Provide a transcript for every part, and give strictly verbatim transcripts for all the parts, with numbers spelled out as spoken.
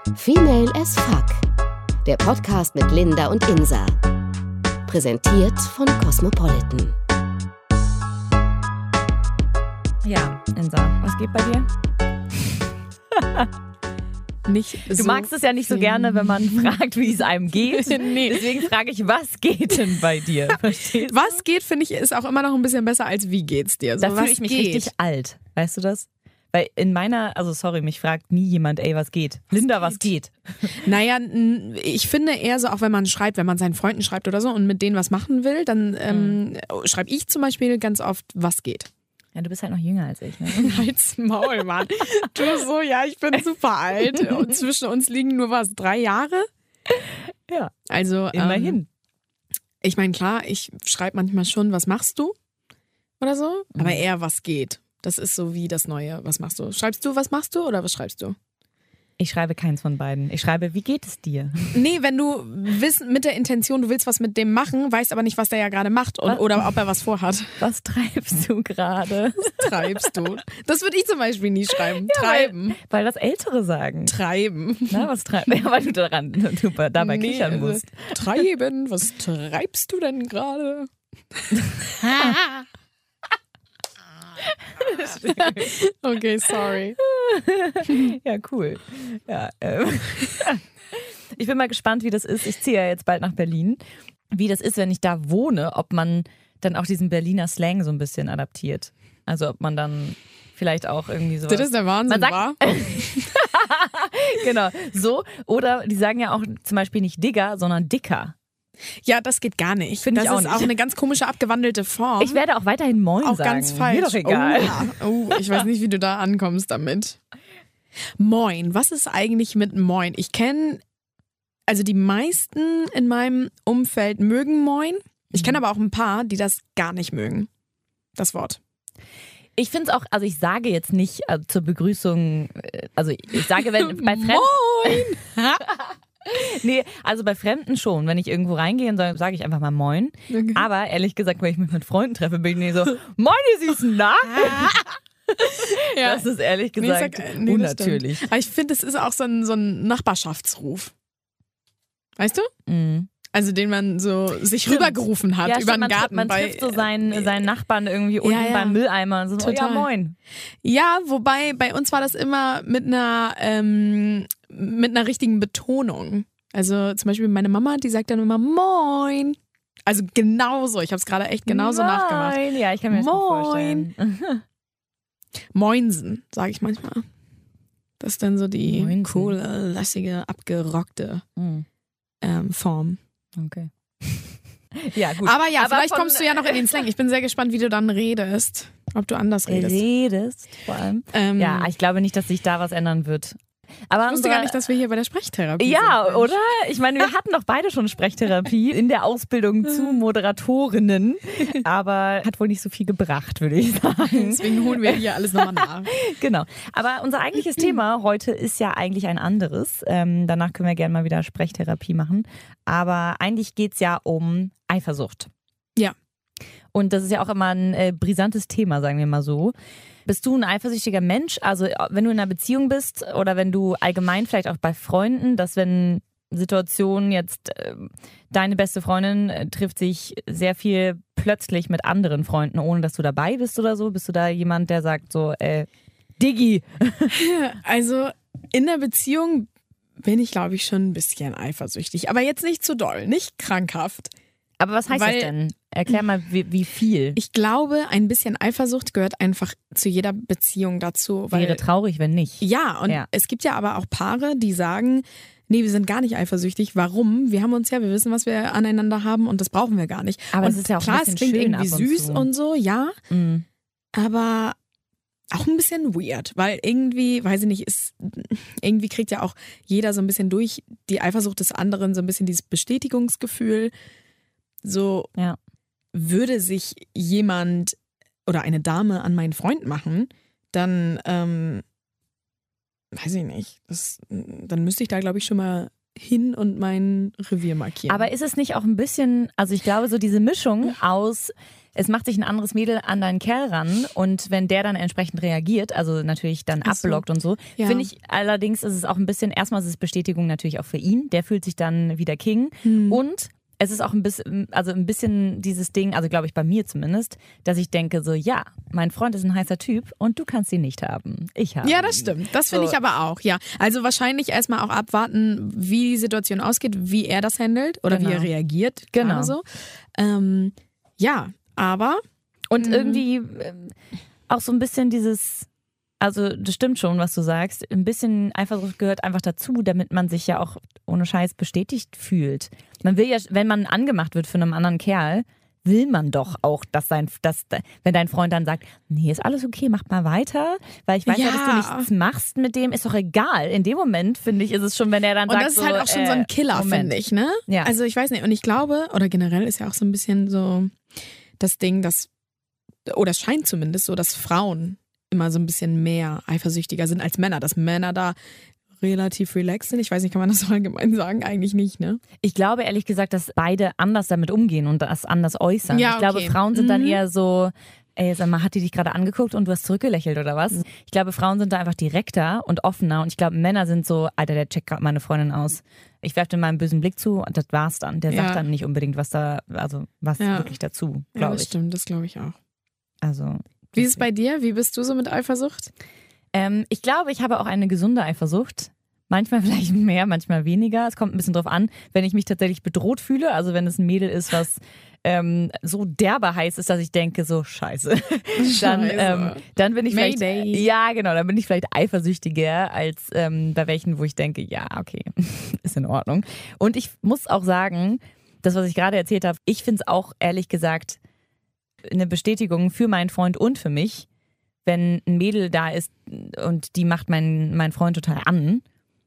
Female as Fuck. Der Podcast mit Linda und Insa. Präsentiert von Cosmopolitan. Ja, Insa, was geht bei dir? Nicht du so magst es ja nicht so gerne, wenn man fragt, wie es einem geht. Nee. Deswegen frage ich, was geht denn bei dir? Verstehst du? Was geht, finde ich, ist auch immer noch ein bisschen besser als wie geht's dir. So, da fühle was ich mich geht? richtig alt. Weißt du das? Weil in meiner, also sorry, mich fragt nie jemand, ey, was geht? Was Linda, geht? was geht? Naja, n- ich finde eher so, auch wenn man schreibt, wenn man seinen Freunden schreibt oder so und mit denen was machen will, dann ähm, mhm. schreibe ich zum Beispiel ganz oft, was geht. Ja, du bist halt noch jünger als ich, ne? Halt's Maul, Mann. Du so, ja, ich bin super alt. Und zwischen uns liegen nur was, drei Jahre? Ja, also immerhin. Ähm, ich meine, klar, ich schreibe manchmal schon, was machst du? Oder so. Aber eher, was geht. Das ist so wie das Neue, was machst du? Schreibst du, was machst du oder was schreibst du? Ich schreibe keins von beiden. Ich schreibe, wie geht es dir? Nee, wenn du wissen, mit der Intention, du willst was mit dem machen, weißt aber nicht, was der ja gerade macht und, oder ob er was vorhat. Was treibst du gerade? Was treibst du? Das würde ich zum Beispiel nie schreiben. Ja, Treiben. Weil, weil das Ältere sagen. Treiben. Na, was treibst du? Ja, weil du daran du dabei Nee, kichern also, musst. Treiben, was treibst du denn gerade? Okay, sorry. Ja, cool. Ja, ähm. Ich bin mal gespannt, wie das ist. Ich ziehe ja jetzt bald nach Berlin. Wie das ist, wenn ich da wohne, ob man dann auch diesen Berliner Slang so ein bisschen adaptiert. Also ob man dann vielleicht auch irgendwie so. Das ist der Wahnsinn, man sagt, wa? Genau, so. Oder die sagen ja auch zum Beispiel nicht Digger, sondern Dicker. Ja, das geht gar nicht. Find das ich auch ist nicht. auch eine ganz komische, abgewandelte Form. Ich werde auch weiterhin Moin auch sagen. ganz falsch. Mir doch egal. Oh, oh, ich weiß nicht, wie du da ankommst damit. Moin. Was ist eigentlich mit Moin? Ich kenne, also die meisten in meinem Umfeld mögen Moin. Ich kenne aber auch ein paar, die das gar nicht mögen. Das Wort. Ich finde es auch, also ich sage jetzt nicht äh, zur Begrüßung, äh, also ich sage, wenn bei Fremden. Moin! Nee, also bei Fremden schon. Wenn ich irgendwo reingehe, sage sag ich einfach mal Moin. Okay. Aber ehrlich gesagt, wenn ich mich mit Freunden treffe, bin ich nicht so, Moin, ihr Süßen, na? Ja. Das ist ehrlich Nee, gesagt sag, nee, das unnatürlich. stimmt. Aber ich finde, es ist auch so ein, so ein Nachbarschaftsruf. Weißt du? Mhm. Also den man so sich Stimmt. rübergerufen hat Ja, über stimmt, den man, Garten. man bei, trifft so seinen, seinen Nachbarn irgendwie unten ja. beim Mülleimer und so, Total. ja, Moin. Ja, wobei bei uns war das immer mit einer, ähm, mit einer richtigen Betonung. Also zum Beispiel meine Mama, die sagt dann immer Moin. Also genauso, ich habe es gerade echt genauso Moin. nachgemacht. Ja, ich kann mir das gut Moin. vorstellen. Moinsen, sage ich manchmal. Das ist dann so die Moinsen. coole, lässige, abgerockte Mhm. ähm, Form. Okay. Ja, gut. Aber ja, Aber vielleicht von- kommst du ja noch in den Slang. Ich bin sehr gespannt, wie du dann redest. Ob du anders redest. Redest vor allem. Ähm, Ja, ich glaube nicht, dass sich da was ändern wird. Aber ich wusste unsere- gar nicht, dass wir hier bei der Sprechtherapie Ja, sind. oder? Ich meine, wir hatten doch beide schon Sprechtherapie in der Ausbildung zu Moderatorinnen, aber hat wohl nicht so viel gebracht, würde ich sagen. Deswegen holen wir hier alles nochmal nach. Genau. Aber unser eigentliches Thema heute ist ja eigentlich ein anderes. Ähm, danach können wir gerne mal wieder Sprechtherapie machen. Aber eigentlich geht es ja um Eifersucht. Ja. Und das ist ja auch immer ein äh, brisantes Thema, sagen wir mal so. Bist du ein eifersüchtiger Mensch? Also wenn du in einer Beziehung bist oder wenn du allgemein vielleicht auch bei Freunden, dass wenn Situationen jetzt äh, deine beste Freundin äh, trifft sich sehr viel plötzlich mit anderen Freunden, ohne dass du dabei bist oder so? Bist du da jemand, der sagt so, äh, Diggi? Also in der Beziehung bin ich, glaube ich, schon ein bisschen eifersüchtig. Aber jetzt nicht zu doll, nicht krankhaft. Aber was heißt Weil- das denn? Erklär mal, wie, wie viel. Ich glaube, ein bisschen Eifersucht gehört einfach zu jeder Beziehung dazu. Weil, Wäre traurig, wenn nicht. ja, und Ja. es gibt ja aber auch Paare, die sagen, nee, wir sind gar nicht eifersüchtig. Warum? Wir haben uns ja, wir wissen, was wir aneinander haben und das brauchen wir gar nicht. Aber und es ist ja auch ein klar, bisschen es klingt schön irgendwie ab und süß zu. und so, ja, Mhm. aber auch ein bisschen weird, weil irgendwie, weiß ich nicht, ist, irgendwie kriegt ja auch jeder so ein bisschen durch die Eifersucht des anderen so ein bisschen dieses Bestätigungsgefühl. So Ja. würde sich jemand oder eine Dame an meinen Freund machen, dann ähm, weiß ich nicht, das, dann müsste ich da, glaube ich, schon mal hin und mein Revier markieren. Aber ist es nicht auch ein bisschen, also ich glaube, so diese Mischung aus es macht sich ein anderes Mädel an deinen Kerl ran und wenn der dann entsprechend reagiert, also natürlich dann Ach so. abblockt und so, Ja. finde ich allerdings ist es auch ein bisschen, erstmal ist es Bestätigung natürlich auch für ihn, der fühlt sich dann wieder King Hm. und es ist auch ein bisschen, also ein bisschen dieses Ding, also glaube ich bei mir zumindest, dass ich denke so, ja, mein Freund ist ein heißer Typ und du kannst ihn nicht haben. Ich habe Ja, ihn. das stimmt. Das finde So. ich aber auch, ja. Also wahrscheinlich erstmal auch abwarten, wie die Situation ausgeht, wie er das handelt oder Genau. wie er reagiert. Genau. gerade So. Ähm, ja, aber Und Mhm. irgendwie ähm, auch so ein bisschen dieses, also das stimmt schon, was du sagst, ein bisschen Eifersucht gehört einfach dazu, damit man sich ja auch ohne Scheiß bestätigt fühlt. Man will ja, wenn man angemacht wird von einem anderen Kerl, will man doch auch, dass sein, dass, wenn dein Freund dann sagt, nee, ist alles okay, mach mal weiter, weil ich weiß ja, Ja. dass du nichts machst mit dem, ist doch egal. In dem Moment, finde ich, ist es schon, wenn er dann und sagt, das ist so, halt auch schon so ein äh, Killer, Moment. finde ich, ne? Ja. Also ich weiß nicht, und ich glaube, oder generell ist ja auch so ein bisschen so das Ding, dass, oder es scheint zumindest so, dass Frauen immer so ein bisschen mehr eifersüchtiger sind als Männer, dass Männer da relativ relaxed sind. Ich weiß nicht, kann man das so allgemein sagen? Eigentlich nicht, ne? Ich glaube ehrlich gesagt, dass beide anders damit umgehen und das anders äußern. Ja, ich glaube, okay. Frauen sind dann Mhm. eher so, ey, sag mal, hat die dich gerade angeguckt und du hast zurückgelächelt oder was? Ich glaube, Frauen sind da einfach direkter und offener und ich glaube, Männer sind so, Alter, der checkt gerade meine Freundin aus. Ich werfe dir mal einen bösen Blick zu und das war's dann. Der Ja. sagt dann nicht unbedingt, was da, also was Ja. wirklich dazu, Ja, glaube das ich. stimmt, das glaube ich auch. Also, Wie ist es bei dir? Wie bist du so mit Eifersucht? Ähm, ich glaube, ich habe auch eine gesunde Eifersucht. Manchmal vielleicht mehr, manchmal weniger. Es kommt ein bisschen drauf an, wenn ich mich tatsächlich bedroht fühle. Also wenn es ein Mädel ist, was ähm, so derbe heiß ist, dass ich denke, so scheiße. Dann, Scheiße. ähm, dann bin ich vielleicht, Mayday. ja genau, dann bin ich vielleicht eifersüchtiger als ähm, bei welchen, wo ich denke, ja okay, ist in Ordnung. Und ich muss auch sagen, das, was ich gerade erzählt habe, ich finde es auch ehrlich gesagt eine Bestätigung für meinen Freund und für mich, wenn ein Mädel da ist und die macht meinen mein Freund total an,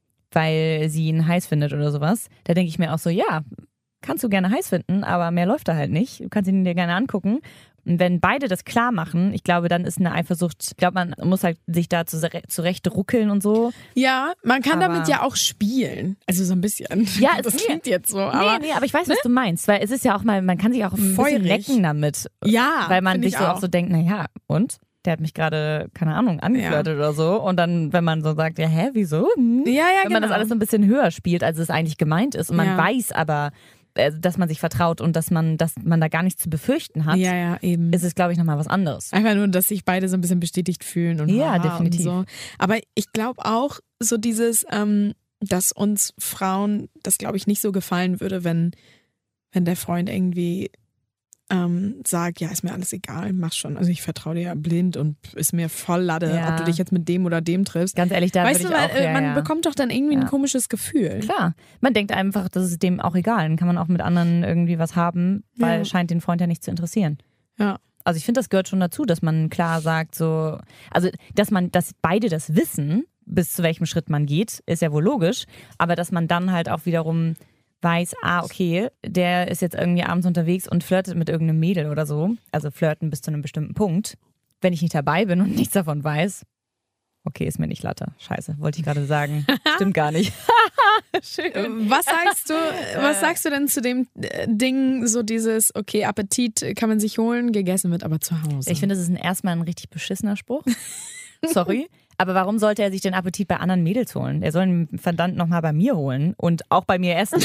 weil sie ihn heiß findet oder sowas, da denke ich mir auch so, ja, kannst du gerne heiß finden, aber mehr läuft da halt nicht. Du kannst ihn dir gerne angucken. Und wenn beide das klar machen, ich glaube, dann ist eine Eifersucht, ich glaube, man muss halt sich da zure- zurecht ruckeln und so. Ja, man kann Aber- damit ja auch spielen. Also so ein bisschen. Ja, es- das nee. klingt jetzt so, aber nee, nee, aber ich weiß, was du meinst, weil es ist ja auch mal, man kann sich auch ein bisschen Feurig. necken damit. ja, Weil man find sich ich so auch so denkt, naja, und? Der hat mich gerade, keine Ahnung, angeflirtet oder so. Und dann, wenn man so sagt, ja, hä, wieso? Hm? Ja, ja, Wenn man das genau. alles so ein bisschen höher spielt, als es eigentlich gemeint ist. Und man Ja. weiß aber, äh, dass man sich vertraut und dass man, dass man da gar nichts zu befürchten hat, Ja, ja, eben. ist es, glaube ich, nochmal was anderes. Einfach nur, dass sich beide so ein bisschen bestätigt fühlen und Ja, haha definitiv. Und so. Aber ich glaube auch so dieses, ähm, dass uns Frauen das, glaube ich, nicht so gefallen würde, wenn, wenn der Freund irgendwie ähm, sagt, ja, ist mir alles egal, mach schon. Also ich vertraue dir ja blind und ist mir voll Lade, Ja. ob du dich jetzt mit dem oder dem triffst. Ganz ehrlich, da Weißt würde du, ich weil, auch, äh, ja, man ja. bekommt doch dann irgendwie Ja. ein komisches Gefühl. Klar, man denkt einfach, das ist dem auch egal. Dann kann man auch mit anderen irgendwie was haben, weil Ja. scheint den Freund ja nicht zu interessieren. Ja. Also ich finde, das gehört schon dazu, dass man klar sagt, so, also dass man, dass beide das wissen, bis zu welchem Schritt man geht, ist ja wohl logisch, aber dass man dann halt auch wiederum weiß, ah, okay, der ist jetzt irgendwie abends unterwegs und flirtet mit irgendeinem Mädel oder so. Also flirten bis zu einem bestimmten Punkt. Wenn ich nicht dabei bin und nichts davon weiß, okay, ist mir nicht Latte. Scheiße, wollte ich gerade sagen. Stimmt gar nicht. Schön. Was sagst du, was sagst du denn zu dem äh, Ding, so dieses, okay, Appetit kann man sich holen, gegessen wird aber zu Hause? Ich finde, das ist ein, erstmal ein richtig beschissener Spruch. Sorry. Aber warum sollte er sich den Appetit bei anderen Mädels holen? Er soll ihn verdammt nochmal bei mir holen und auch bei mir essen.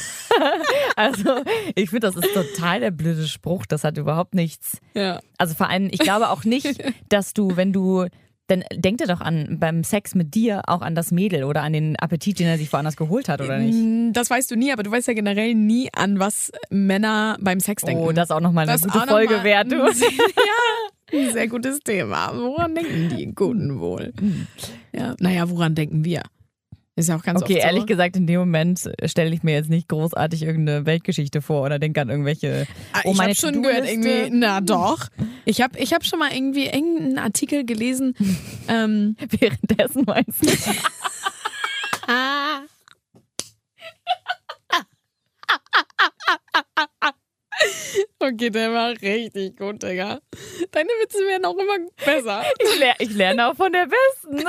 Also, ich finde, das ist total der blöde Spruch. Das hat überhaupt nichts. ja. Also vor allem, ich glaube auch nicht, dass du, wenn du, dann denk dir doch an, beim Sex mit dir auch an das Mädel oder an den Appetit, den er sich woanders geholt hat, oder nicht? Das weißt du nie, aber du weißt ja generell nie, an was Männer beim Sex denken. Oh, das ist auch nochmal eine Das gute auch noch Folge mal wert, du. ein sehr- Ja, ein sehr gutes Thema. Woran denken die Guten wohl? Ja. Naja, woran denken wir? Ist ja auch ganz Okay, oft so. ehrlich gesagt, in dem Moment stelle ich mir jetzt nicht großartig irgendeine Weltgeschichte vor oder denke an irgendwelche. Ah, Oh, ich meine habe schon gehört, To-Do-Liste. irgendwie, na doch. Ich habe ich hab schon mal irgendwie irgendeinen Artikel gelesen. ähm, Währenddessen meinst du? okay, der war richtig gut, Digga. Deine Witze werden auch immer besser. Ich, ler ich lerne auch von der Besten.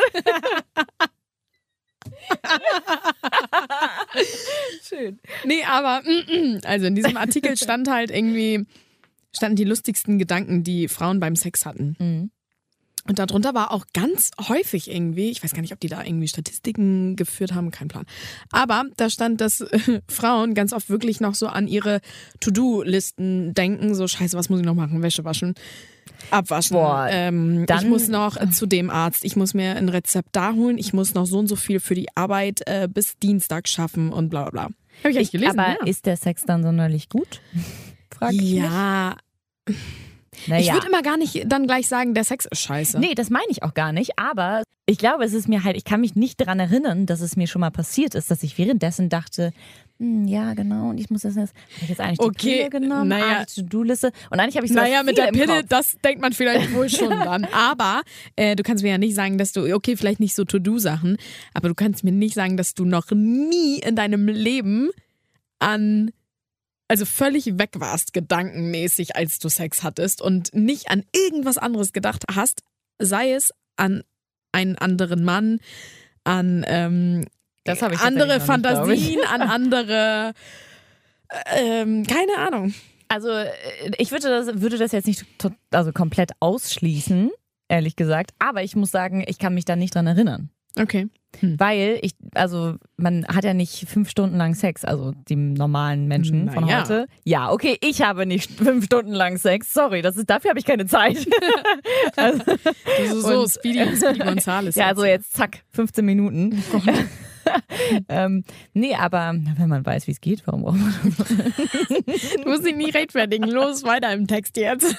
Schön. Nee, aber mm, mm. also in diesem Artikel stand halt irgendwie, standen die lustigsten Gedanken, die Frauen beim Sex hatten. Mhm. Und darunter war auch ganz häufig irgendwie, ich weiß gar nicht, ob die da irgendwie Statistiken geführt haben, kein Plan. Aber da stand, dass äh, Frauen ganz oft wirklich noch so an ihre To-Do-Listen denken, so scheiße, was muss ich noch machen? Wäsche waschen, abwaschen. Boah, ähm, dann- ich muss noch äh, zu dem Arzt, ich muss mir ein Rezept da holen, ich muss noch so und so viel für die Arbeit äh, bis Dienstag schaffen und bla bla bla. Hab ich echt gelesen, Aber ja. ist der Sex dann sonderlich gut? Frag ich mich. Ja, Naja. ich würde immer gar nicht dann gleich sagen, der Sex ist scheiße. Nee, das meine ich auch gar nicht, aber ich glaube, es ist mir halt, ich kann mich nicht daran erinnern, dass es mir schon mal passiert ist, dass ich währenddessen dachte, hm, ja genau, und ich muss das jetzt, habe ich jetzt eigentlich die Okay, Pille genommen, naja. ah, die To-Do-Liste und eigentlich habe ich sowas Naja, mit viel der im Pille, Kopf. das denkt man vielleicht wohl schon dann. Aber äh, du kannst mir ja nicht sagen, dass du, okay, vielleicht nicht so To-Do-Sachen, aber du kannst mir nicht sagen, dass du noch nie in deinem Leben an, also völlig weg warst, gedankenmäßig, als du Sex hattest und nicht an irgendwas anderes gedacht hast, sei es an einen anderen Mann, an ähm, Das habe ich andere tatsächlich noch nicht, Fantasien, an andere, ähm, keine Ahnung. Also äh, ich würde das, würde das jetzt nicht to- also komplett ausschließen, ehrlich gesagt, aber ich muss sagen, ich kann mich da nicht dran erinnern. Okay. Weil ich, also man hat ja nicht fünf Stunden lang Sex, also die normalen Menschen Na von ja. heute. Ja, okay, ich habe nicht fünf Stunden lang Sex, sorry, das ist, dafür habe ich keine Zeit. also, Also so Und- Speedy, Speedy Gonzales. ja, also jetzt zack, fünfzehn Minuten. ähm, nee, aber wenn man weiß, wie es geht, warum braucht man Du musst dich nicht rechtfertigen. Los, weiter im Text jetzt.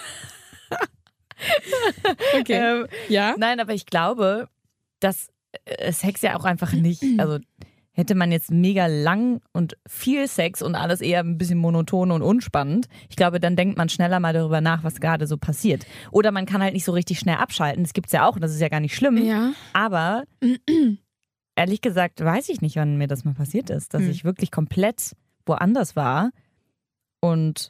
Okay. ähm, Ja? Nein, aber ich glaube, dass äh, Sex ja auch einfach nicht, also hätte man jetzt mega lang und viel Sex und alles eher ein bisschen monoton und unspannend, ich glaube, dann denkt man schneller mal darüber nach, was gerade so passiert. Oder man kann halt nicht so richtig schnell abschalten, das gibt's ja auch und das ist ja gar nicht schlimm, Ja. aber ehrlich gesagt weiß ich nicht, wann mir das mal passiert ist, dass Hm. ich wirklich komplett woanders war und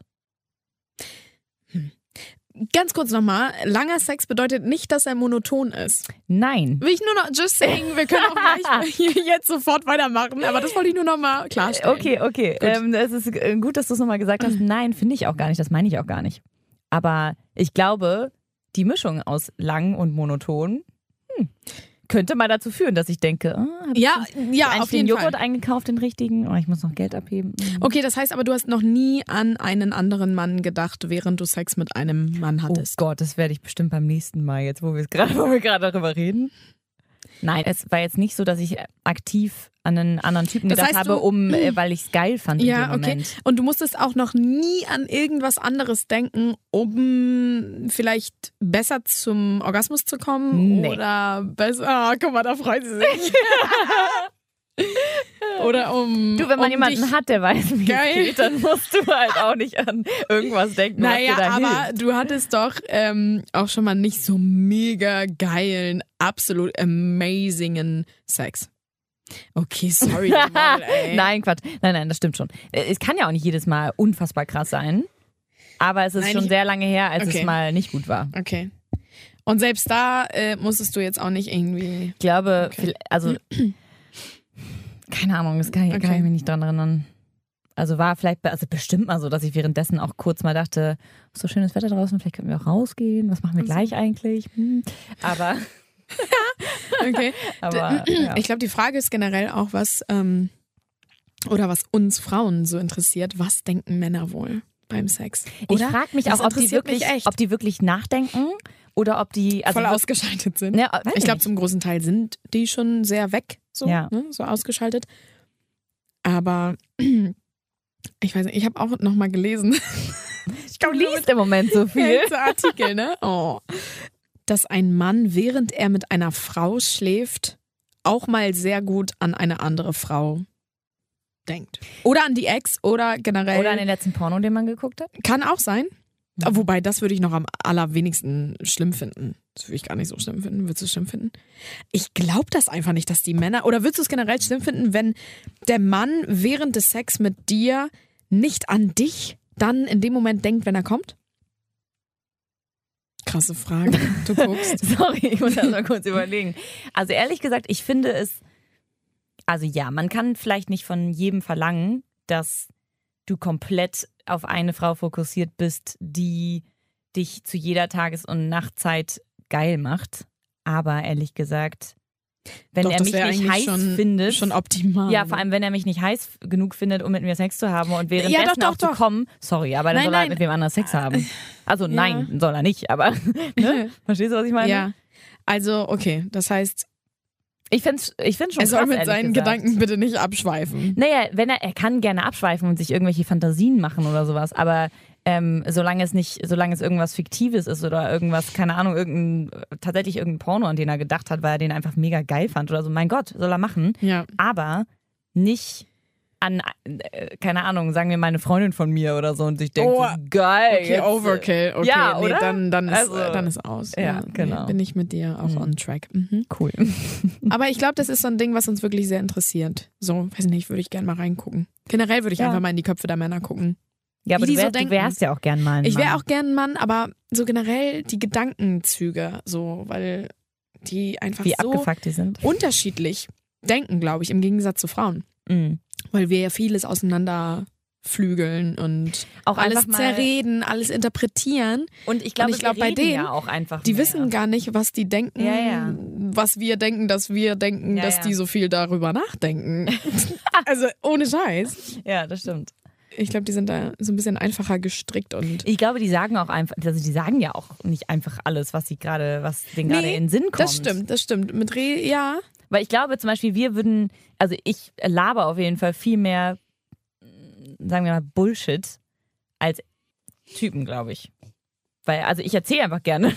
Ganz kurz nochmal. Langer Sex bedeutet nicht, dass er monoton ist. nein. Will ich nur noch, just saying, wir können auch gleich hier jetzt sofort weitermachen, aber das wollte ich nur nochmal klarstellen. Okay, okay. Ähm, es ist äh, gut, dass du es nochmal gesagt hast. Nein, finde ich auch gar nicht. Das meine ich auch gar nicht. Aber ich glaube, die Mischung aus lang und monoton hm, könnte mal dazu führen, dass ich denke, ah, habe ich Ja, ja, eigentlich auf den jeden Joghurt Fall. eingekauft, den richtigen? Oh, ich muss noch Geld abheben. Hm. Okay, das heißt aber, du hast noch nie an einen anderen Mann gedacht, während du Sex mit einem Mann Oh hattest. Gott, das werde ich bestimmt beim nächsten Mal, jetzt wo wir es gerade, wo wir gerade darüber reden. Nein, es war jetzt nicht so, dass ich aktiv an einen anderen Typen Das gedacht heißt, habe, du- um, äh, weil ich es geil fand in Ja, dem okay. Moment. Und du musstest auch noch nie an irgendwas anderes denken, um vielleicht besser zum Orgasmus zu kommen? Nee. Oder besser. Ah, guck mal, da freut sie sich. Oder um. Du, wenn man um jemanden dich, hat, der weiß, wie Geil. es geht, dann musst du halt auch nicht an irgendwas denken, Naja, was dir da aber hilft. du hattest doch ähm, auch schon mal nicht so mega geilen, absolut amazingen Sex. Okay, sorry. Jamal, ey. Nein, Quatsch. Nein, nein, das stimmt schon. Äh, Es kann ja auch nicht jedes Mal unfassbar krass sein. Aber es ist Nein, schon ich- sehr lange her, als Okay. es mal nicht gut war. Okay. Und selbst da äh, musstest du jetzt auch nicht irgendwie. Ich glaube, Okay. viel- also keine Ahnung, das kann, ich- kann Okay. ich mich nicht dran erinnern. Also war vielleicht, be- also bestimmt mal so, dass ich währenddessen auch kurz mal dachte, so schönes Wetter draußen, vielleicht können wir auch rausgehen. Was machen wir gleich eigentlich? Hm. Aber, Okay. aber ja. Ich glaube, die Frage ist generell auch, was ähm, oder was uns Frauen so interessiert. Was denken Männer wohl beim Sex? Ich Oder? frage mich Das auch, ob die, interessiert mich wirklich, echt. ob die wirklich nachdenken oder ob die also Voll wir- ausgeschaltet sind. Ja, weiß Ich glaube, nicht. zum großen Teil sind die schon sehr weg, so, Ja. ne, so ausgeschaltet. Aber ich weiß nicht, ich habe auch noch mal gelesen. Ich du liest im Moment so viel. Ganze Artikel, ne? Oh. Dass ein Mann, während er mit einer Frau schläft, auch mal sehr gut an eine andere Frau denkt. Oder an die Ex oder generell. Oder an den letzten Porno, den man geguckt hat. Kann auch sein. Wobei, das würde ich noch am allerwenigsten schlimm finden. Das würde ich gar nicht so schlimm finden. Würdest du es schlimm finden? Ich glaube das einfach nicht, dass die Männer. Oder würdest du es generell schlimm finden, wenn der Mann während des Sex mit dir nicht an dich dann in dem Moment denkt, wenn er kommt? Krasse Frage. Du guckst. Sorry, ich muss erst mal kurz überlegen. Also ehrlich gesagt, ich finde es, also ja, man kann vielleicht nicht von jedem verlangen, dass du komplett auf eine Frau fokussiert bist, die dich zu jeder Tages- und Nachtzeit geil macht. Aber ehrlich gesagt, wenn Doch, er das mich wäre nicht eigentlich heiß schon, findet, schon optimal. ja, vor allem wenn er mich nicht heiß genug findet, um mit mir Sex zu haben und währenddessen Ja, doch, doch, auch zu doch. kommen, sorry, aber dann Nein, soll er nein. mit wem anders Sex haben. Also Ja. nein, soll er nicht, aber ne? Verstehst du, was ich meine? Ja, also okay, das heißt, Ich find's, ich find's schon er soll krass, mit ehrlich seinen gesagt. Gedanken bitte nicht abschweifen. Naja, wenn er, er kann gerne abschweifen und sich irgendwelche Fantasien machen oder sowas, aber ähm, solange es nicht, solange es irgendwas Fiktives ist oder irgendwas, keine Ahnung, irgendein, tatsächlich irgendein Porno, an den er gedacht hat, weil er den einfach mega geil fand oder so, mein Gott, soll er machen. Ja. Aber nicht an, äh, keine Ahnung, sagen wir mal eine Freundin von mir oder so und sich denkt, Oh, geil. Okay, jetzt, äh, Overkill. Okay, ja, nee, oder? dann, dann, ist, Also, äh, dann ist aus. ja, nee, genau. Bin ich mit dir auch Mhm. on track. Mhm. Cool. Aber ich glaube, das ist so ein Ding, was uns wirklich sehr interessiert. So, weiß nicht, würde ich gerne mal reingucken. Generell würde ich Ja. einfach mal in die Köpfe der Männer gucken. Ja, aber Wie du, die so wär, du denken. wärst ja auch gern mal ein Ich wäre Mann. auch gern ein Mann, aber so generell die Gedankenzüge, so, weil die einfach Wie so abgefuckt die sind. unterschiedlich denken, glaube ich, im Gegensatz zu Frauen. Mhm. Weil wir ja vieles auseinanderflügeln und Auch alles einfach mal- zerreden, alles interpretieren. Und ich glaube, Und ich glaub, wir bei reden denen, ja auch einfach Die mehr. wissen gar nicht, was die denken, Ja, ja. was wir denken, dass wir denken, Ja, dass ja. die so viel darüber nachdenken. Also ohne Scheiß. Ja, das stimmt. Ich glaube, die sind da so ein bisschen einfacher gestrickt und Ich glaube, die sagen auch einfach, also die sagen ja auch nicht einfach alles, was sie gerade, was denen gerade Nee, in den Sinn kommt. das stimmt, das stimmt. Mit Re ja. Weil ich glaube zum Beispiel, wir würden, also ich laber auf jeden Fall viel mehr, sagen wir mal, Bullshit als Typen, glaube ich. Weil, also ich erzähle einfach gerne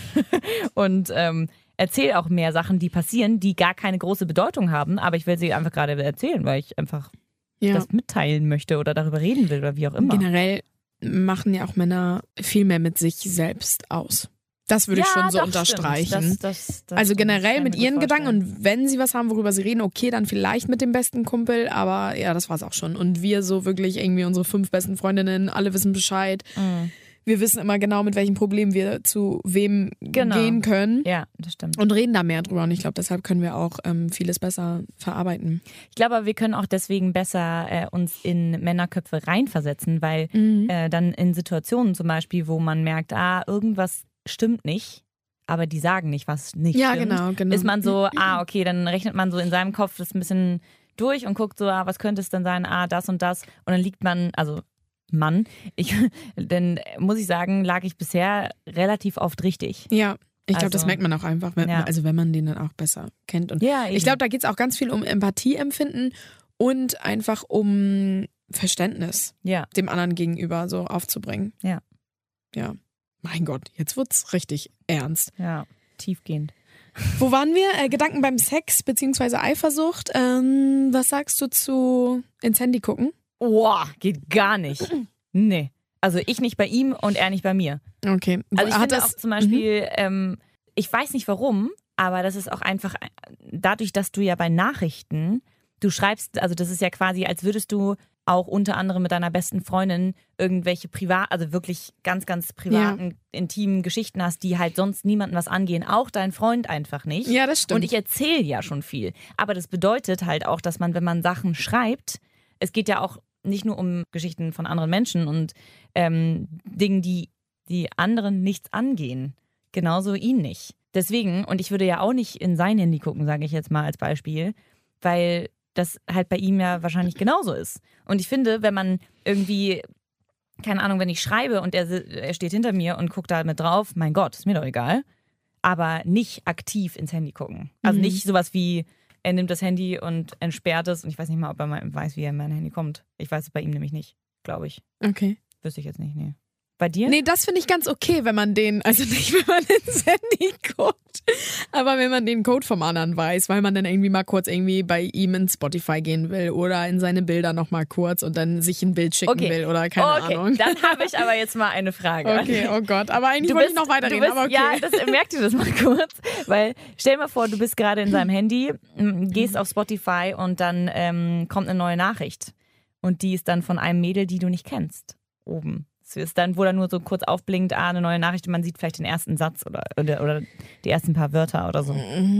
und ähm, erzähle auch mehr Sachen, die passieren, die gar keine große Bedeutung haben, aber ich will sie einfach gerade erzählen, weil ich einfach ja. das mitteilen möchte oder darüber reden will oder wie auch immer. Generell machen ja auch Männer viel mehr mit sich selbst aus. Das würde ich Ja, schon so doch, unterstreichen. stimmt. Das, das, das Also stimmt. Das generell kann ich mit mir gut ihren Gedanken vorstellen. und wenn sie was haben, worüber sie reden, okay, dann vielleicht mit dem besten Kumpel, aber ja, das war's auch schon. Und wir so wirklich irgendwie unsere fünf besten Freundinnen, alle wissen Bescheid. Mhm. Wir wissen immer genau, mit welchen Problemen wir zu wem Genau. gehen können Ja, das stimmt. und reden da mehr drüber. Und ich glaube, deshalb können wir auch ähm, vieles besser verarbeiten. Ich glaube, wir können auch deswegen besser äh, uns in Männerköpfe reinversetzen, weil Mhm. äh, dann in Situationen zum Beispiel, wo man merkt, ah, irgendwas stimmt nicht, aber die sagen nicht, was nicht Ja, stimmt, genau, genau. ist man so, ah, okay, dann rechnet man so in seinem Kopf das ein bisschen durch und guckt so, ah, was könnte es denn sein, ah, das und das. Und dann liegt man, also Mann, ich, dann muss ich sagen, lag ich bisher relativ oft richtig. Ja, ich glaube, das Also, merkt man auch einfach, wenn, ja. also wenn man den dann auch besser kennt. Und Ja, ich glaube, da geht es auch ganz viel um Empathieempfinden und einfach um Verständnis ja. dem anderen gegenüber so aufzubringen. Ja. Ja. Mein Gott, jetzt wird's richtig ernst. Ja, tiefgehend. Wo waren wir? Äh, Gedanken beim Sex beziehungsweise Eifersucht. Ähm, was sagst du zu ins Handy gucken? Boah, geht gar nicht. Nee. Also ich nicht bei ihm und er nicht bei mir. Okay. Also ich Hat finde das auch zum Beispiel, ähm, ich weiß nicht warum, aber das ist auch einfach dadurch, dass du ja bei Nachrichten, du schreibst, also das ist ja quasi, als würdest du auch unter anderem mit deiner besten Freundin irgendwelche privat, also wirklich ganz, ganz privaten, intimen Geschichten hast, die halt sonst niemandem was angehen, auch dein Freund einfach nicht. Ja, das stimmt. Und ich erzähle ja schon viel. Aber das bedeutet halt auch, dass man, wenn man Sachen schreibt, es geht ja auch nicht nur um Geschichten von anderen Menschen und ähm, Dingen, die die anderen nichts angehen. Genauso ihn nicht. Deswegen, und ich würde ja auch nicht in sein Handy gucken, sage ich jetzt mal als Beispiel, weil das halt bei ihm ja wahrscheinlich genauso ist. Und ich finde, wenn man irgendwie, keine Ahnung, wenn ich schreibe und er, er steht hinter mir und guckt da mit drauf, mein Gott, ist mir doch egal. Aber nicht aktiv ins Handy gucken. Also Mhm. nicht sowas wie, er nimmt das Handy und entsperrt es und ich weiß nicht mal, ob er mal weiß, wie er in mein Handy kommt. Ich weiß es bei ihm nämlich nicht, glaube ich. Okay. Wüsste ich jetzt nicht, nee. Bei dir? Nee, das finde ich ganz okay, wenn man den, also nicht, wenn man ins Handy guckt, aber wenn man den Code vom anderen weiß, weil man dann irgendwie mal kurz irgendwie bei ihm in Spotify gehen will oder in seine Bilder nochmal kurz und dann sich ein Bild schicken Okay. will oder keine okay, Ahnung. dann habe ich aber jetzt mal eine Frage. an Okay, dich. oh Gott, aber eigentlich Du wollte ich bist- noch weiterreden, du bist, aber okay. Ja, das, merk dir das mal kurz. Weil stell dir mal vor, du bist gerade in seinem Handy, m, gehst auf Spotify und dann ähm, kommt eine neue Nachricht. Und die ist dann von einem Mädel, die du nicht kennst, oben. Es ist dann, wo dann nur so kurz aufblinkt, ah, eine neue Nachricht und man sieht vielleicht den ersten Satz oder, oder, oder die ersten paar Wörter oder so.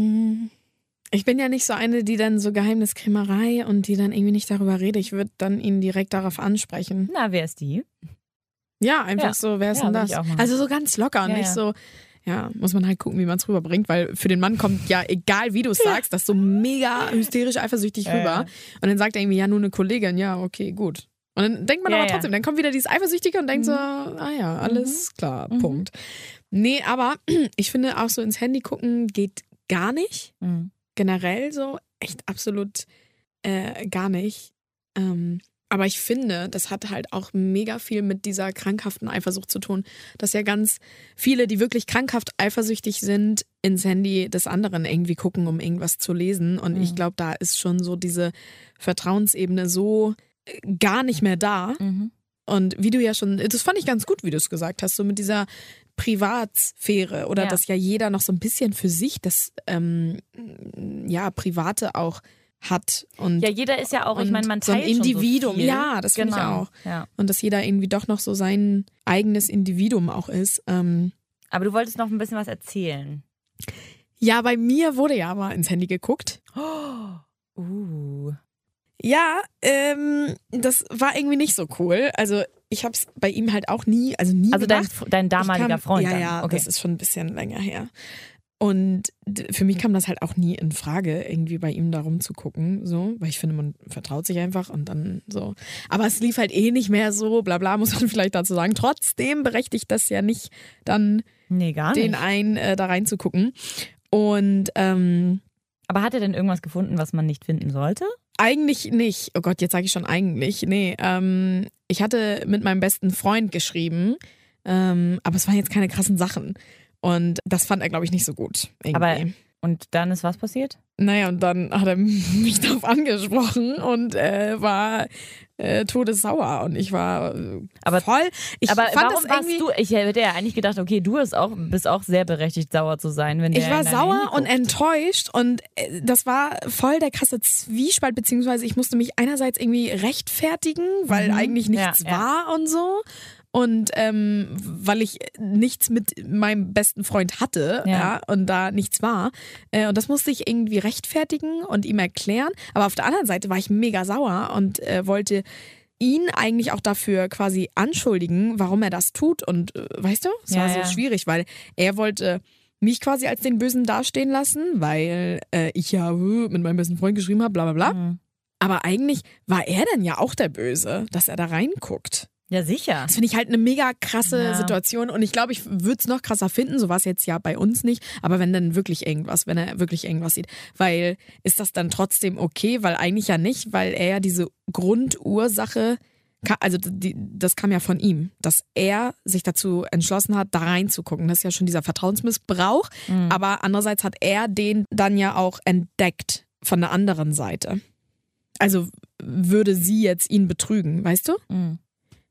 Ich bin ja nicht so eine, die dann so Geheimniskrämerei und die dann irgendwie nicht darüber redet. Ich würde dann ihn direkt darauf ansprechen. Na, wer ist die? Ja, einfach Ja. so, wer ist Ja, denn würd das? ich auch machen. Also so ganz locker und Ja, nicht ja. so, ja, muss man halt gucken, wie man es rüberbringt, weil für den Mann kommt ja, egal wie du es sagst, das so mega hysterisch eifersüchtig Ja, rüber. ja. Und dann sagt er irgendwie, ja, nur eine Kollegin, ja, okay, gut. Und dann denkt man Ja, aber ja. trotzdem, dann kommt wieder dieses Eifersüchtige und denkt Mhm. so, ah ja, alles klar, Mhm. Punkt. Nee, aber ich finde auch so ins Handy gucken geht gar nicht. Mhm. Generell so, echt absolut äh, gar nicht. Ähm, aber ich finde, das hat halt auch mega viel mit dieser krankhaften Eifersucht zu tun, dass ja ganz viele, die wirklich krankhaft eifersüchtig sind, ins Handy des anderen irgendwie gucken, um irgendwas zu lesen. Und Mhm. ich glaube, da ist schon so diese Vertrauensebene so äh, gar nicht mehr da. Mhm. Und wie du ja schon, das fand ich ganz gut, wie du es gesagt hast, so mit dieser Privatsphäre oder Ja. dass ja jeder noch so ein bisschen für sich das ähm, ja, Private auch hat. Und, Ja, jeder ist ja auch, ich und meine, man so ein teilt schon Individuum. so viel. Ja, das finde ich Genau. auch. Ja. Und dass jeder irgendwie doch noch so sein eigenes Individuum auch ist. Ähm, Aber du wolltest noch ein bisschen was erzählen. ja, bei mir wurde ja mal ins Handy geguckt. Oh. Uh. Ja, ähm, das war irgendwie nicht so cool. Also ich habe es bei ihm halt auch nie, also nie Also dein, gemacht. dein Ich damaliger kam, Freund Ja, dann. ja, Okay. das ist schon ein bisschen länger her. Und d- für mich kam das halt auch nie in Frage, irgendwie bei ihm da rumzugucken, so, weil ich finde, man vertraut sich einfach und dann so. Aber es lief halt eh nicht mehr so, bla bla, muss man vielleicht dazu sagen. Trotzdem berechtigt das ja nicht, dann Nee, gar den nicht. einen äh, da reinzugucken. Und ähm, Aber hat er denn irgendwas gefunden, was man nicht finden sollte? eigentlich nicht. Oh Gott, jetzt sage ich schon eigentlich. Nee, ähm, ich hatte mit meinem besten Freund geschrieben, ähm, aber es waren jetzt keine krassen Sachen. Und das fand er, glaube ich, nicht so gut. Irgendwie. Aber und dann ist was passiert? Naja, und dann hat er mich darauf angesprochen und äh, war äh, todessauer. Und ich war äh, Aber- voll. Ich Aber fand warum das warst irgendwie. du? Ich hätte ja eigentlich gedacht, okay, du bist auch, bist auch sehr berechtigt, sauer zu sein, wenn der Ich war in dein sauer Handy und guckt. enttäuscht und äh, das war voll der krasse Zwiespalt, beziehungsweise ich musste mich einerseits irgendwie rechtfertigen, weil Mhm. eigentlich nichts Ja, ja. war und so. Und ähm, weil ich nichts mit meinem besten Freund hatte, ja, Ja. und da nichts war. Äh, und das musste ich irgendwie rechtfertigen und ihm erklären. Aber auf der anderen Seite war ich mega sauer und äh, wollte ihn eigentlich auch dafür quasi anschuldigen, warum er das tut. Und äh, weißt du, es Ja, war so ja. schwierig, weil er wollte mich quasi als den Bösen dastehen lassen, weil äh, ich ja äh, mit meinem besten Freund geschrieben habe, bla bla bla. Mhm. Aber eigentlich war er dann ja auch der Böse, dass er da reinguckt. Ja, sicher. Das finde ich halt eine mega krasse Ja. Situation und ich glaube, ich würde es noch krasser finden, so war es jetzt ja bei uns nicht, aber wenn dann wirklich irgendwas, wenn er wirklich irgendwas sieht, weil ist das dann trotzdem okay, weil eigentlich ja nicht, weil er ja diese Grundursache, ka- also die, das kam ja von ihm, dass er sich dazu entschlossen hat, da reinzugucken. Das ist ja schon dieser Vertrauensmissbrauch, Mhm. aber andererseits hat er den dann ja auch entdeckt von der anderen Seite. Also würde sie jetzt ihn betrügen, weißt du? Mhm.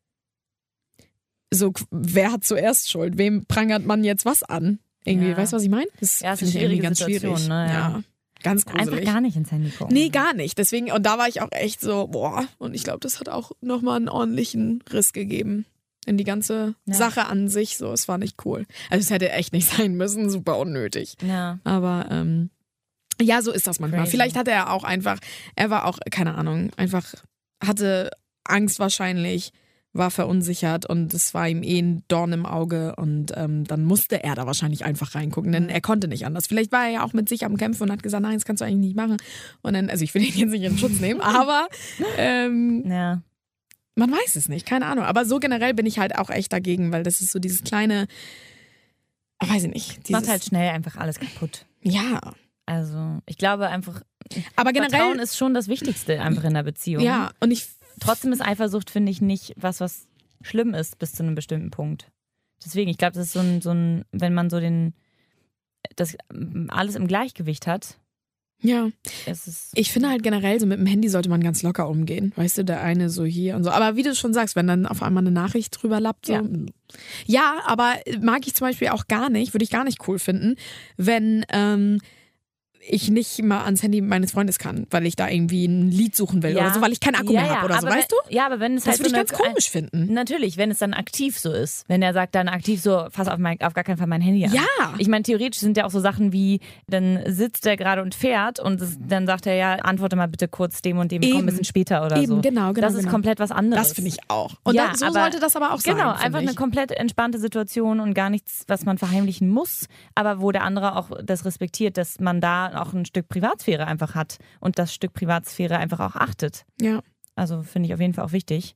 So, wer hat zuerst Schuld? Wem prangert man jetzt was an? Irgendwie, Ja. weißt du, was ich meine? Das Ja, es finde ist ich eine irgendwie schwierige ganz Situation, schwierig. ne? Ja. Ja, ganz gruselig. Einfach gar nicht ins Handy gucken. Nee, gar nicht. Deswegen, und da war ich auch echt so, boah, und ich glaube, das hat auch nochmal einen ordentlichen Riss gegeben in die ganze Ja. Sache an sich. So, es war nicht cool. Also es hätte echt nicht sein müssen, super unnötig. Ja. Aber ähm, ja, so ist das manchmal. Crazy. Vielleicht hatte er auch einfach, er war auch, keine Ahnung, einfach hatte Angst wahrscheinlich, war verunsichert und es war ihm eh ein Dorn im Auge und ähm, dann musste er da wahrscheinlich einfach reingucken, denn er konnte nicht anders. Vielleicht war er ja auch mit sich am Kämpfen und hat gesagt, nein, das kannst du eigentlich nicht machen. Und dann, also ich will ihn jetzt nicht in Schutz nehmen, aber ähm, Ja. man weiß es nicht, keine Ahnung. Aber so generell bin ich halt auch echt dagegen, weil das ist so dieses kleine, ah, weiß ich nicht. Es Dieses, macht halt schnell einfach alles kaputt. ja, Also, ich glaube einfach, aber Vertrauen generell, ist schon das Wichtigste einfach in der Beziehung. ja, und ich Trotzdem ist Eifersucht, finde ich, nicht was, was schlimm ist bis zu einem bestimmten Punkt. Deswegen, ich glaube, das ist so ein, so ein, wenn man so den, das alles im Gleichgewicht hat, ja. ist es. Ich finde halt generell, so mit dem Handy sollte man ganz locker umgehen. Weißt du, der eine so hier und so. Aber wie du schon sagst, wenn dann auf einmal eine Nachricht drüber lappt. So. Ja. Ja, aber mag ich zum Beispiel auch gar nicht, würde ich gar nicht cool finden, wenn, ähm, ich nicht mal ans Handy meines Freundes kann, weil ich da irgendwie ein Lied suchen will Ja. oder so, weil ich keinen Akku ja, mehr ja, habe oder so, aber weißt du? wenn, Ja, aber wenn es Das halt würde so ich ganz eine, komisch finden. Natürlich, wenn es dann aktiv so ist. Wenn er sagt dann aktiv so, fass auf, mein, auf gar keinen Fall mein Handy an. Ja. Ich meine, theoretisch sind ja auch so Sachen wie, dann sitzt er gerade und fährt und das, dann sagt er ja, antworte mal bitte kurz dem und dem, komm ein bisschen später oder Eben, so. genau, genau. Das ist genau. komplett was anderes. Das finde ich auch. Und Ja, dann, so aber- sollte das aber auch sein. Genau, finde einfach ich. eine komplett entspannte Situation und gar nichts, was man verheimlichen muss, aber wo der andere auch das respektiert, dass man da auch ein Stück Privatsphäre einfach hat und das Stück Privatsphäre einfach auch achtet. Ja. Also finde ich auf jeden Fall auch wichtig.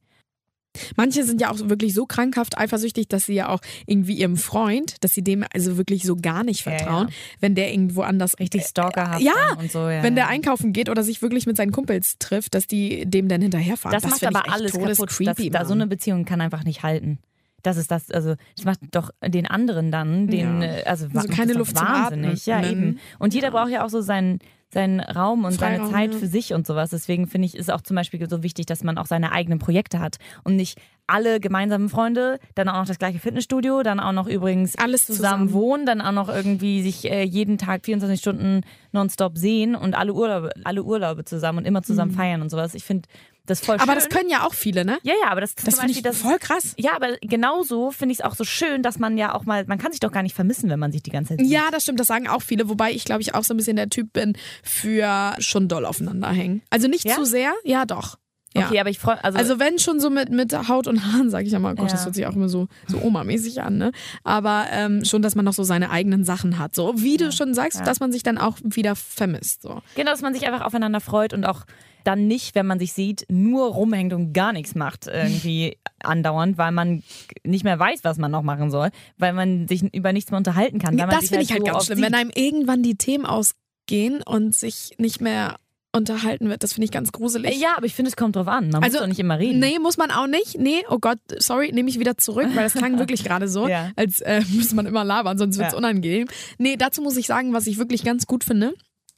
Manche sind ja auch wirklich so krankhaft eifersüchtig, dass sie ja auch irgendwie ihrem Freund, dass sie dem also wirklich so gar nicht Ja, vertrauen, ja. wenn der irgendwo anders Richtig stalkerhaft ja, und so. Ja, wenn der ja. einkaufen geht oder sich wirklich mit seinen Kumpels trifft, dass die dem dann hinterherfahren. Das, macht find aber ich echt alles kaputt. Das, todescreepy, da, so Mann. eine Beziehung kann einfach nicht halten. Das ist das, also das macht doch den anderen dann, den, Ja. äh, also, Also macht keine das doch Luft zum wahnsinnig. Ja, Atmen. eben. Und jeder braucht ja auch so seinen, seinen Raum und seine Freiraum, Zeit ja. für sich und sowas. Deswegen finde ich, ist auch zum Beispiel so wichtig, dass man auch seine eigenen Projekte hat und nicht alle gemeinsamen Freunde, dann auch noch das gleiche Fitnessstudio, dann auch noch übrigens Alles zusammen, zusammen. wohnen, dann auch noch irgendwie sich äh, jeden Tag vierundzwanzig Stunden nonstop sehen und alle Urlaube, alle Urlaube zusammen und immer zusammen feiern und sowas. Ich finde das voll schön. Aber das können ja auch viele, ne? Ja, ja, aber das, Das zum finde Beispiel, ich das voll krass. ja, aber genauso finde ich es auch so schön, dass man ja auch mal, man kann sich doch gar nicht vermissen, wenn man sich die ganze Zeit sieht. Ja, das stimmt, das sagen auch viele, wobei ich glaube ich auch so ein bisschen der Typ bin für schon doll aufeinander hängen. Also nicht Ja? zu sehr, ja doch. Ja. Okay, aber ich freue also, Also wenn schon so mit, mit Haut und Haaren, sage ich ja mal, Gott, Ja. das hört sich auch immer so, so Oma-mäßig an, ne? Aber ähm, schon, dass man noch so seine eigenen Sachen hat. So wie du schon sagst, Ja. dass man sich dann auch wieder vermisst. So. genau, dass man sich einfach aufeinander freut und auch dann nicht, wenn man sich sieht, nur rumhängt und gar nichts macht irgendwie andauernd, weil man nicht mehr weiß, was man noch machen soll, weil man sich über nichts mehr unterhalten kann. Weil man Das sich finde ich halt so ganz oft schlimm, sieht. wenn einem irgendwann die Themen ausgehen und sich nicht mehr unterhalten wird. Das finde ich ganz gruselig. Ja, aber ich finde, es kommt drauf an. Man Also, muss doch nicht immer reden. Nee, muss man auch nicht. Nee, oh Gott, sorry, nehme ich wieder zurück, weil das klang wirklich gerade so, Ja. als äh, müsste man immer labern, sonst wird es Ja. unangenehm. Nee, dazu muss ich sagen, was ich wirklich ganz gut finde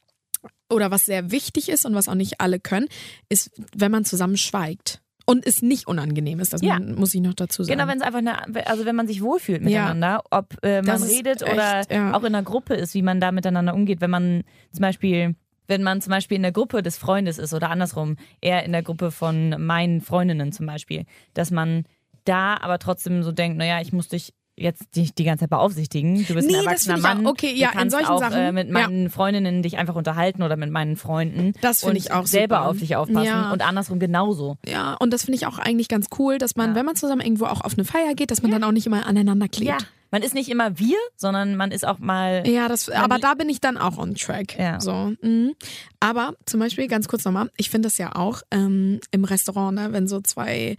oder was sehr wichtig ist und was auch nicht alle können, ist, wenn man zusammen schweigt. Und es nicht unangenehm ist, das Ja. muss ich noch dazu sagen. Genau, wenn es einfach eine, also wenn man sich wohlfühlt Ja. miteinander, ob äh, man Das ist redet echt, oder ja. auch in einer Gruppe ist, wie man da miteinander umgeht, wenn man zum Beispiel, wenn man zum Beispiel in der Gruppe des Freundes ist oder andersrum, eher in der Gruppe von meinen Freundinnen zum Beispiel, dass man da aber trotzdem so denkt, naja, ich muss dich jetzt nicht die ganze Zeit beaufsichtigen. Du bist Nee, ein das erwachsener finde ich auch- Mann. okay, ja, du in kannst solchen auch Sachen, äh, mit ja. meinen Freundinnen dich einfach unterhalten oder mit meinen Freunden. Das finde und ich auch selber super. auf dich aufpassen Ja. und andersrum genauso. ja, und das finde ich auch eigentlich ganz cool, dass man, Ja. wenn man zusammen irgendwo auch auf eine Feier geht, dass man dann auch nicht immer aneinander klebt. Ja, man ist nicht immer wir, sondern man ist auch mal Ja, das, aber da bin ich dann auch on track. Ja. So, mhm. Aber zum Beispiel, ganz kurz nochmal, ich finde das ja auch ähm, im Restaurant, ne, wenn so zwei,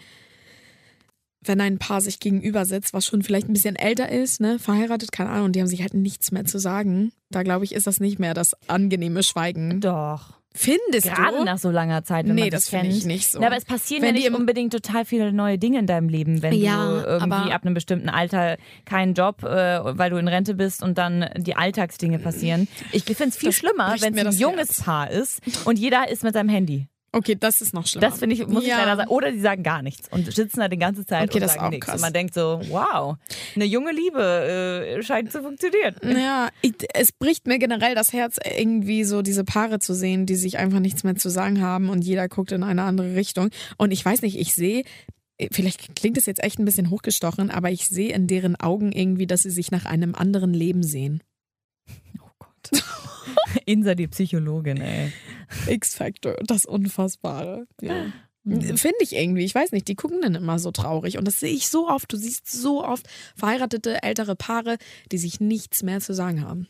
wenn ein Paar sich gegenüber sitzt, was schon vielleicht ein bisschen älter ist, ne, verheiratet, keine Ahnung, und die haben sich halt nichts mehr zu sagen, da glaube ich, ist das nicht mehr das angenehme Schweigen. doch. Findest Gerade du? nach so langer Zeit, wenn Nee, man das sich finde kennt. ich nicht so. Na, aber es passieren Wenn ja die nicht im- unbedingt total viele neue Dinge in deinem Leben, wenn Ja, du irgendwie aber- ab einem bestimmten Alter keinen Job, äh, weil du in Rente bist und dann die Alltagsdinge passieren. Ich finde es viel Das schlimmer, bricht wenn mir es ein das junges Herz. Paar ist und jeder ist mit seinem Handy. Okay, das ist noch schlimmer. Das finde ich, muss ja. ich leider sagen. Oder die sagen gar nichts und sitzen da die ganze Zeit Okay, und das ist sagen auch nichts. krass. Und man denkt so, wow, eine junge Liebe äh, scheint zu funktionieren. Ja, ich, es bricht mir generell das Herz, irgendwie so diese Paare zu sehen, die sich einfach nichts mehr zu sagen haben und jeder guckt in eine andere Richtung. Und ich weiß nicht, ich sehe, vielleicht klingt es jetzt echt ein bisschen hochgestochen, aber ich sehe in deren Augen irgendwie, dass sie sich nach einem anderen Leben sehen. Oh Gott. Insa, die Psychologin, ey. X-Factor, das Unfassbare. Ja. Mhm. Finde ich irgendwie, ich weiß nicht, die gucken dann immer so traurig und das sehe ich so oft, du siehst so oft verheiratete ältere Paare, die sich nichts mehr zu sagen haben.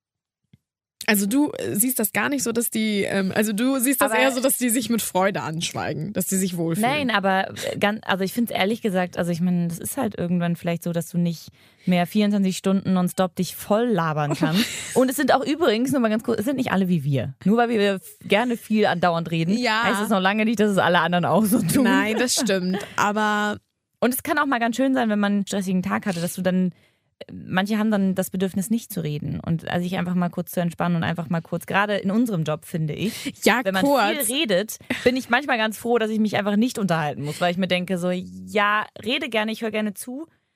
Also du äh, siehst das gar nicht so, dass die, ähm, also du siehst das Aber- eher so, dass die sich mit Freude anschweigen, dass die sich wohlfühlen. Nein, aber ganz, also ich finde es ehrlich gesagt, also ich meine, das ist halt irgendwann vielleicht so, dass du nicht mehr vierundzwanzig Stunden nonstop dich voll labern kannst. Und es sind auch übrigens, nur mal ganz kurz, es sind nicht alle wie wir. Nur weil wir gerne viel andauernd reden, Ja. heißt es noch lange nicht, dass es alle anderen auch so tun. Nein, das stimmt, aber Und es kann auch mal ganz schön sein, wenn man einen stressigen Tag hatte, dass du dann, manche haben dann das Bedürfnis nicht zu reden und also sich einfach mal kurz zu entspannen und einfach mal kurz, gerade in unserem Job finde ich, ja, wenn man kurz. viel redet, bin ich manchmal ganz froh, dass ich mich einfach nicht unterhalten muss, weil ich mir denke so, ja, rede gerne, ich höre gerne zu,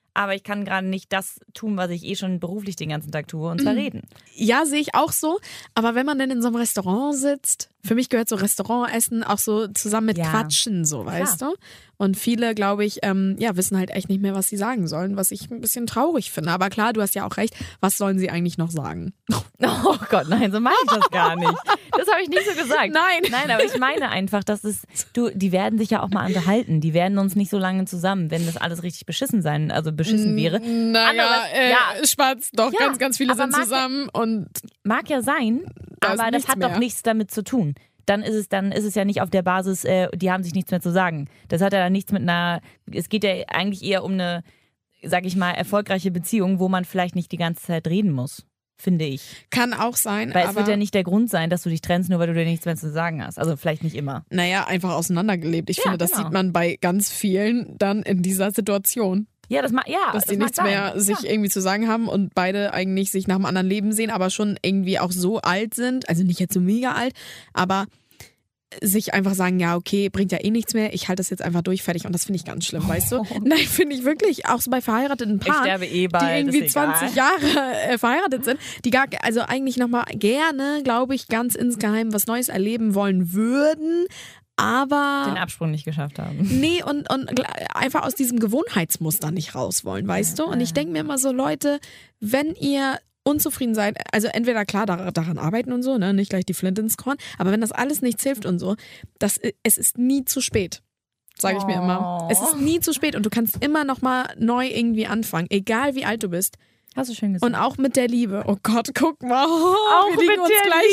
aber ich kann gerade nicht das tun, was ich eh schon beruflich den ganzen Tag tue, und zwar Mhm. reden. Ja, sehe ich auch so. Aber wenn man dann in so einem Restaurant sitzt, für mich gehört so Restaurantessen auch so zusammen mit Ja. Quatschen, so, weißt du? Und viele, glaube ich, ähm, ja, wissen halt echt nicht mehr, was sie sagen sollen, was ich ein bisschen traurig finde. Aber klar, du hast ja auch recht. Was sollen sie eigentlich noch sagen? Oh Gott, nein, so meine ich das gar nicht. Das habe ich nicht so gesagt. Nein. Nein, aber ich meine einfach, dass es, du, die werden sich ja auch mal unterhalten. Die werden uns nicht so lange zusammen, wenn das alles richtig beschissen sein, also beschissen wäre. Naja, Andererseits- äh, ja. Spaß, doch, Ja, ganz, ganz viele aber sind mag- zusammen und Mag ja sein, Da ist aber das nichts hat mehr. doch nichts damit zu tun. Dann ist es, dann ist es ja nicht auf der Basis, äh, die haben sich nichts mehr zu sagen. Das hat ja dann nichts mit einer, es geht ja eigentlich eher um eine, sag ich mal, erfolgreiche Beziehung, wo man vielleicht nicht die ganze Zeit reden muss, finde ich. kann auch sein, Weil aber es wird ja nicht der Grund sein, dass du dich trennst, nur weil du dir nichts mehr zu sagen hast. Also vielleicht nicht immer. naja, einfach auseinandergelebt. Ich Ja, finde, das genau. sieht man bei ganz vielen dann in dieser Situation. Ja, das mag, ja, Dass das die mag nichts sein. mehr sich Ja. irgendwie zu sagen haben und beide eigentlich sich nach einem anderen Leben sehen, aber schon irgendwie auch so alt sind, also nicht jetzt so mega alt, aber sich einfach sagen, ja, okay, bringt ja eh nichts mehr, ich halte das jetzt einfach durch, fertig. Und das finde ich ganz schlimm, weißt du? Nein, finde ich wirklich, auch so bei verheirateten Ich Paaren, sterbe eh die bald, irgendwie ist egal. zwanzig Jahre äh, verheiratet sind, die gar, also eigentlich nochmal gerne, glaube ich, ganz insgeheim was Neues erleben wollen würden, aber... Den Absprung nicht geschafft haben. Nee, und, und gl- einfach aus diesem Gewohnheitsmuster nicht raus wollen, weißt du? Und ich denke mir immer so, Leute, wenn ihr unzufrieden seid, also entweder klar dar- daran arbeiten und so, ne, nicht gleich die Flint ins Korn, aber wenn das alles nichts hilft und so, das, es ist nie zu spät. Sage ich mir immer. Oh. Es ist nie zu spät und du kannst immer noch mal neu irgendwie anfangen, egal wie alt du bist. Hast du schön gesagt. Und auch mit der Liebe. Oh Gott, guck mal. Oh, Auch wir liegen mit uns der gleich,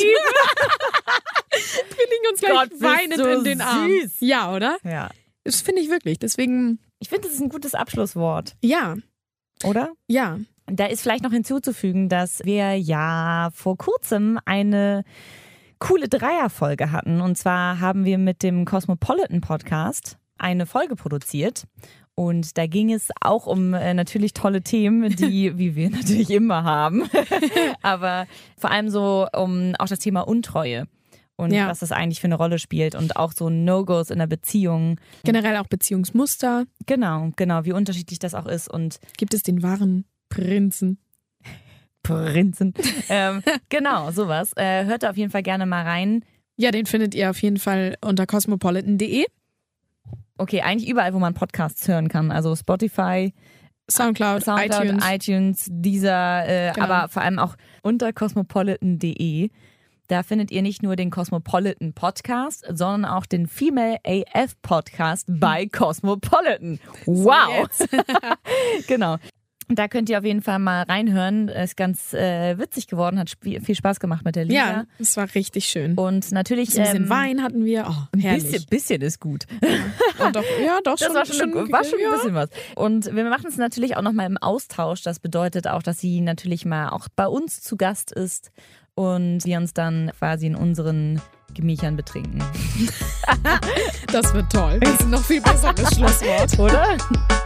wir liegen uns gleich Gott, bist weinend du in den Armen. süß. Ja, oder? ja. Das finde ich wirklich. Deswegen, Ich finde, das ist ein gutes Abschlusswort, ja, oder? ja. Da ist vielleicht noch hinzuzufügen, dass wir ja vor kurzem eine coole Dreierfolge hatten. Und zwar haben wir mit dem Cosmopolitan Podcast eine Folge produziert. Und da ging es auch um äh, natürlich tolle Themen, die, wie wir natürlich immer haben, aber vor allem so um auch das Thema Untreue und Ja. was das eigentlich für eine Rolle spielt und auch so No-Gos in der Beziehung. Generell auch Beziehungsmuster. Genau, genau, wie unterschiedlich das auch ist und Gibt es den wahren Prinzen? Prinzen. ähm, genau, sowas. Äh, hört da auf jeden Fall gerne mal rein. Ja, den findet ihr auf jeden Fall unter cosmopolitan punkt de, Okay, eigentlich überall, wo man Podcasts hören kann. Also Spotify, Soundcloud, Soundcloud, iTunes. iTunes, dieser, äh, Genau. aber vor allem auch unter cosmopolitan punkt de. Da findet ihr nicht nur den Cosmopolitan Podcast, sondern auch den Female A F Podcast bei Cosmopolitan. Wow! Genau. Da könnt ihr auf jeden Fall mal reinhören. Ist ganz äh, witzig geworden, hat sp- viel Spaß gemacht mit der Liga. Ja, es war richtig schön. Und natürlich. Ein bisschen ähm, Wein hatten wir. Oh, Ein herrlich. bisschen, bisschen ist gut. Oh, doch, ja, doch, Das schon, war schon, war schon ja. ein bisschen was. Und wir machen es natürlich auch nochmal im Austausch. Das bedeutet auch, dass sie natürlich mal auch bei uns zu Gast ist und wir uns dann quasi in unseren Gemächern betrinken. Das wird toll. Das ist ein noch viel besseres Schlusswort. Oder?